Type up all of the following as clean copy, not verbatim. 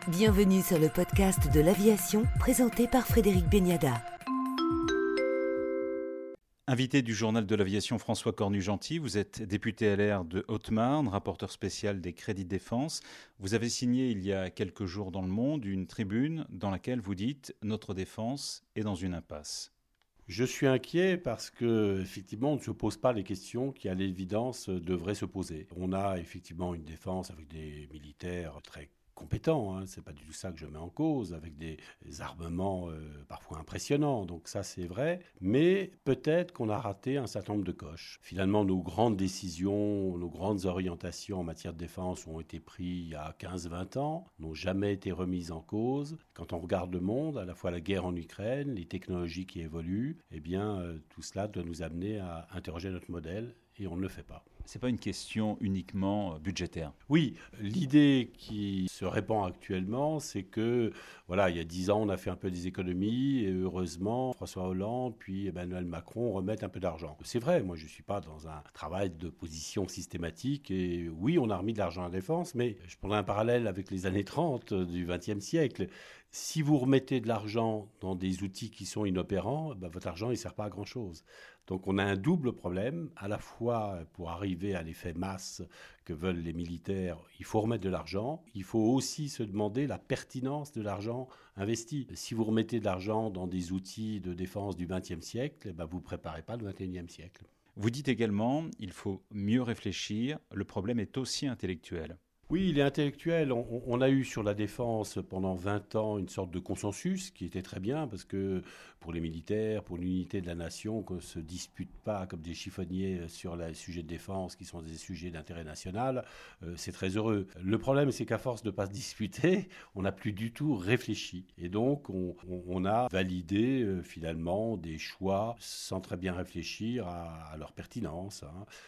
Bienvenue sur le podcast de l'aviation présenté par Frédéric Beniada. Invité du journal de l'aviation François Cornu-Gentil, vous êtes député LR de Haute-Marne, rapporteur spécial des crédits de défense. Vous avez signé il y a quelques jours dans Le Monde une tribune dans laquelle vous dites « Notre défense est dans une impasse ». Je suis inquiet parce que effectivement, on ne se pose pas les questions qui, à l'évidence, devraient se poser. On a effectivement une défense avec des militaires très compétents, c'est pas du tout ça que je mets en cause, avec des armements parfois impressionnants, donc ça c'est vrai, mais peut-être qu'on a raté un certain nombre de coches. Finalement, nos grandes décisions, nos grandes orientations en matière de défense ont été prises il y a 15-20 ans, n'ont jamais été remises en cause. Quand on regarde le monde, à la fois la guerre en Ukraine, les technologies qui évoluent, eh bien tout cela doit nous amener à interroger notre modèle, et on ne le fait pas. Ce n'est pas une question uniquement budgétaire. Oui, l'idée qui se répand actuellement, c'est que, voilà, il y a 10 ans, on a fait un peu des économies et heureusement, François Hollande puis Emmanuel Macron remettent un peu d'argent. C'est vrai, moi je ne suis pas dans un travail de position systématique et oui, on a remis de l'argent à la défense, mais je prendrai un parallèle avec les années 30 du XXe siècle. Si vous remettez de l'argent dans des outils qui sont inopérants, votre argent ne sert pas à grand-chose. Donc on a un double problème, à la fois pour arriver à l'effet masse que veulent les militaires, il faut remettre de l'argent, il faut aussi se demander la pertinence de l'argent investi. Si vous remettez de l'argent dans des outils de défense du XXe siècle, vous ne préparez pas le XXIe siècle. Vous dites également qu'il faut mieux réfléchir, le problème est aussi intellectuel. Oui, il est intellectuel. On a eu sur la défense pendant 20 ans une sorte de consensus qui était très bien parce que pour les militaires, pour l'unité de la nation, qu'on ne se dispute pas comme des chiffonniers sur les sujets de défense qui sont des sujets d'intérêt national, c'est très heureux. Le problème, c'est qu'à force de ne pas se disputer, on n'a plus du tout réfléchi. Et donc, on a validé finalement des choix sans très bien réfléchir à leur pertinence.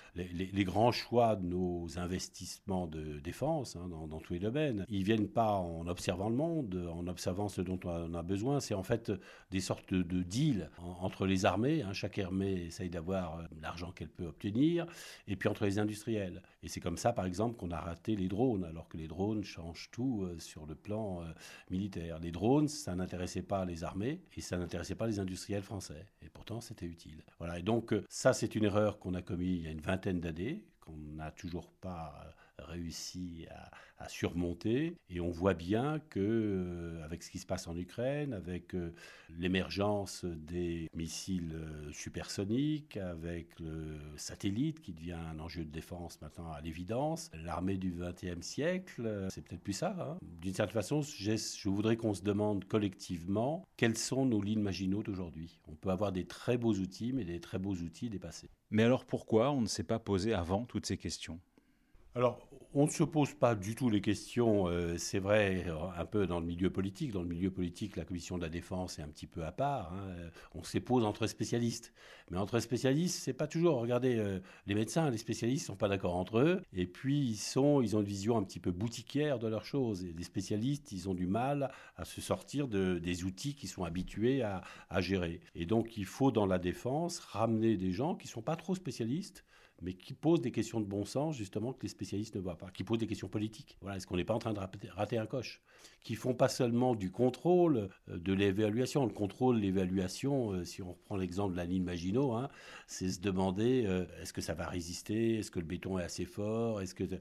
Les grands choix de nos investissements de défense, dans tous les domaines. Ils ne viennent pas en observant le monde, en observant ce dont on a besoin. C'est en fait des sortes de deals entre les armées. Chaque armée essaye d'avoir l'argent qu'elle peut obtenir, et puis entre les industriels. Et c'est comme ça, par exemple, qu'on a raté les drones, alors que les drones changent tout sur le plan militaire. Les drones, ça n'intéressait pas les armées, et ça n'intéressait pas les industriels français. Et pourtant, c'était utile. Voilà. Et donc, ça, c'est une erreur qu'on a commise il y a une vingtaine d'années, qu'on n'a toujours pas réussi à surmonter. Et on voit bien que avec ce qui se passe en Ukraine, avec l'émergence des missiles supersoniques, avec le satellite qui devient un enjeu de défense maintenant à l'évidence, l'armée du XXe siècle, c'est peut-être plus ça. D'une certaine façon, je voudrais qu'on se demande collectivement quelles sont nos lignes maginaux d'aujourd'hui. On peut avoir des très beaux outils, mais des très beaux outils dépassés. Mais alors pourquoi on ne s'est pas posé avant toutes ces questions ? Alors, on ne se pose pas du tout les questions, c'est vrai, un peu dans le milieu politique. Dans le milieu politique, la commission de la défense est un petit peu à part. On se les pose entre spécialistes. Mais entre spécialistes, c'est pas toujours. Regardez, les médecins, les spécialistes sont pas d'accord entre eux. Et puis, ils ont une vision un petit peu boutiquière de leurs choses. Et les spécialistes, ils ont du mal à se sortir des outils qu'ils sont habitués à gérer. Et donc, il faut, dans la défense, ramener des gens qui sont pas trop spécialistes, mais qui posent des questions de bon sens, justement, que les spécialistes ne voient pas, qui posent des questions politiques. Voilà, est-ce qu'on n'est pas en train de rater un coche ? Qui font pas seulement du contrôle, de l'évaluation. Le contrôle, l'évaluation, si on reprend l'exemple de la ligne Maginot, c'est se demander, est-ce que ça va résister ? Est-ce que le béton est assez fort ?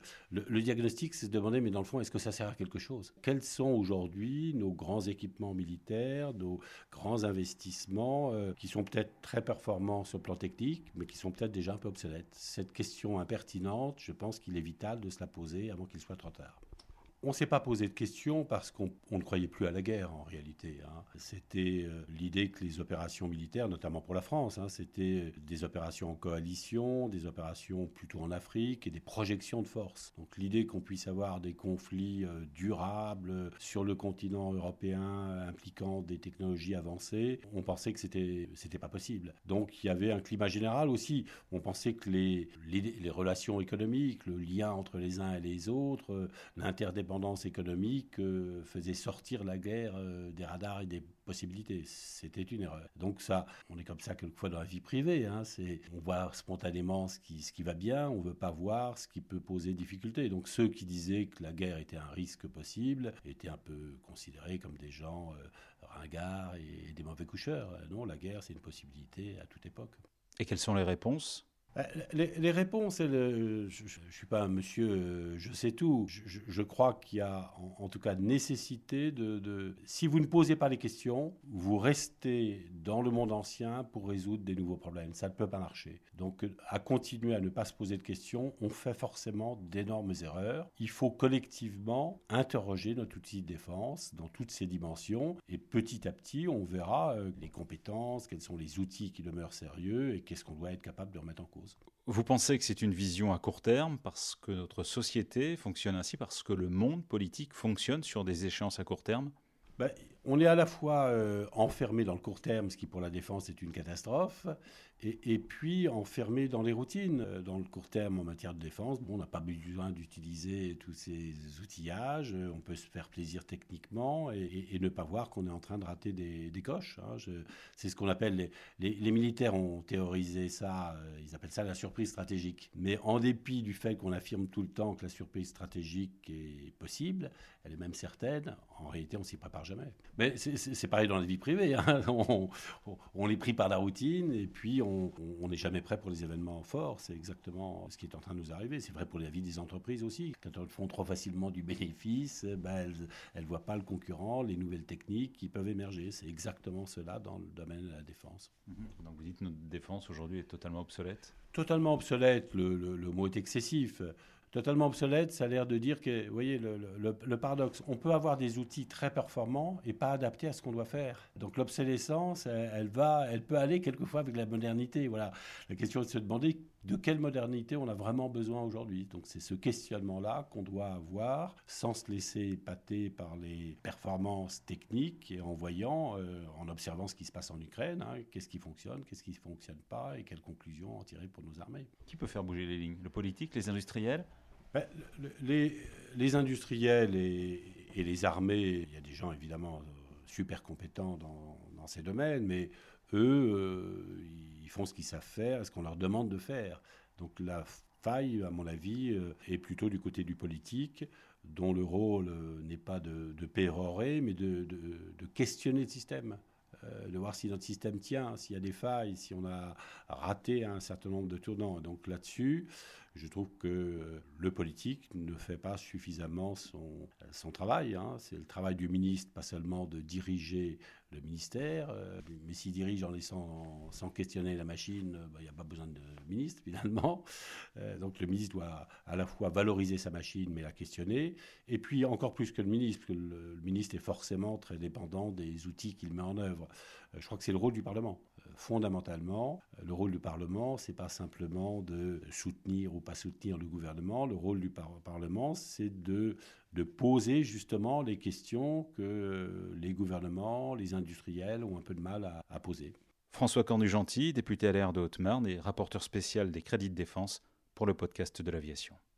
Le diagnostic, c'est se demander, mais dans le fond, est-ce que ça sert à quelque chose ? Quels sont aujourd'hui nos grands équipements militaires, nos grands investissements, qui sont peut-être très performants sur le plan technique, mais qui sont peut-être déjà un peu obsolètes ? Cette question impertinente, je pense qu'il est vital de se la poser avant qu'il soit trop tard. On ne s'est pas posé de questions parce qu'on ne croyait plus à la guerre en réalité. C'était l'idée que les opérations militaires, notamment pour la France, c'était des opérations en coalition, des opérations plutôt en Afrique et des projections de force. Donc l'idée qu'on puisse avoir des conflits durables sur le continent européen impliquant des technologies avancées, on pensait que c'était pas possible. Donc il y avait un climat général aussi. On pensait que les relations économiques, le lien entre les uns et les autres, l'interdépendance indépendance économique faisait sortir la guerre des radars et des possibilités. C'était une erreur. Donc ça, on est comme ça quelquefois dans la vie privée. On voit spontanément ce qui va bien, on ne veut pas voir ce qui peut poser difficulté. Donc ceux qui disaient que la guerre était un risque possible étaient un peu considérés comme des gens ringards et des mauvais coucheurs. Non, la guerre, c'est une possibilité à toute époque. Et quelles sont les réponses ? Les réponses, je ne suis pas un monsieur, je sais tout. Je crois qu'il y a en tout cas nécessité si vous ne posez pas les questions, vous restez dans le monde ancien pour résoudre des nouveaux problèmes. Ça ne peut pas marcher. Donc à continuer à ne pas se poser de questions, on fait forcément d'énormes erreurs. Il faut collectivement interroger notre outil de défense dans toutes ses dimensions. Et petit à petit, on verra les compétences, quels sont les outils qui demeurent sérieux et qu'est-ce qu'on doit être capable de remettre en cause. Vous pensez que c'est une vision à court terme parce que notre société fonctionne ainsi, parce que le monde politique fonctionne sur des échéances à court terme ? On est à la fois enfermé dans le court terme, ce qui pour la défense est une catastrophe, et puis enfermé dans les routines. Dans le court terme en matière de défense, on n'a pas besoin d'utiliser tous ces outillages, on peut se faire plaisir techniquement et ne pas voir qu'on est en train de rater des coches. C'est ce qu'on appelle, les militaires ont théorisé ça, ils appellent ça la surprise stratégique. Mais en dépit du fait qu'on affirme tout le temps que la surprise stratégique est possible, elle est même certaine, en réalité on s'y prépare jamais. Mais c'est pareil dans la vie privée. On est pris par la routine et puis on n'est jamais prêt pour les événements forts. C'est exactement ce qui est en train de nous arriver. C'est vrai pour la vie des entreprises aussi. Quand elles font trop facilement du bénéfice, elles ne voient pas le concurrent, les nouvelles techniques qui peuvent émerger. C'est exactement cela dans le domaine de la défense. Donc vous dites que notre défense aujourd'hui est totalement obsolète ? Totalement obsolète, le mot est excessif. Totalement obsolète, ça a l'air de dire que, vous voyez, le paradoxe, on peut avoir des outils très performants et pas adaptés à ce qu'on doit faire. Donc l'obsolescence, elle peut aller quelquefois avec la modernité. Voilà. La question est de se demander de quelle modernité on a vraiment besoin aujourd'hui. Donc c'est ce questionnement-là qu'on doit avoir sans se laisser épater par les performances techniques et en voyant, en observant ce qui se passe en Ukraine, qu'est-ce qui fonctionne, qu'est-ce qui ne fonctionne pas et quelles conclusions en tirer pour nos armées. Qui peut faire bouger les lignes ? Le politique, les industriels ? Les industriels et les armées, il y a des gens évidemment super compétents dans ces domaines, mais eux, ils font ce qu'ils savent faire et ce qu'on leur demande de faire. Donc la faille, à mon avis, est plutôt du côté du politique, dont le rôle n'est pas de pérorer, mais de questionner le système. De voir si notre système tient, s'il y a des failles, si on a raté un certain nombre de tournants. Donc là-dessus, je trouve que le politique ne fait pas suffisamment son travail. C'est le travail du ministre, pas seulement de diriger le ministère, mais s'il dirige en laissant sans questionner la machine, il n'y a pas besoin de ministre finalement. Donc le ministre doit à la fois valoriser sa machine, mais la questionner. Et puis encore plus que le ministre, parce que le ministre est forcément très dépendant des outils qu'il met en œuvre. Je crois que c'est le rôle du Parlement. Fondamentalement, le rôle du Parlement, c'est pas simplement de soutenir ou pas soutenir le gouvernement. Le rôle du Parlement, c'est de poser justement les questions que les gouvernements, les industriels ont un peu de mal à poser. François Cornu-Gentil, député LR de Haute-Marne et rapporteur spécial des crédits de défense pour le podcast de l'aviation.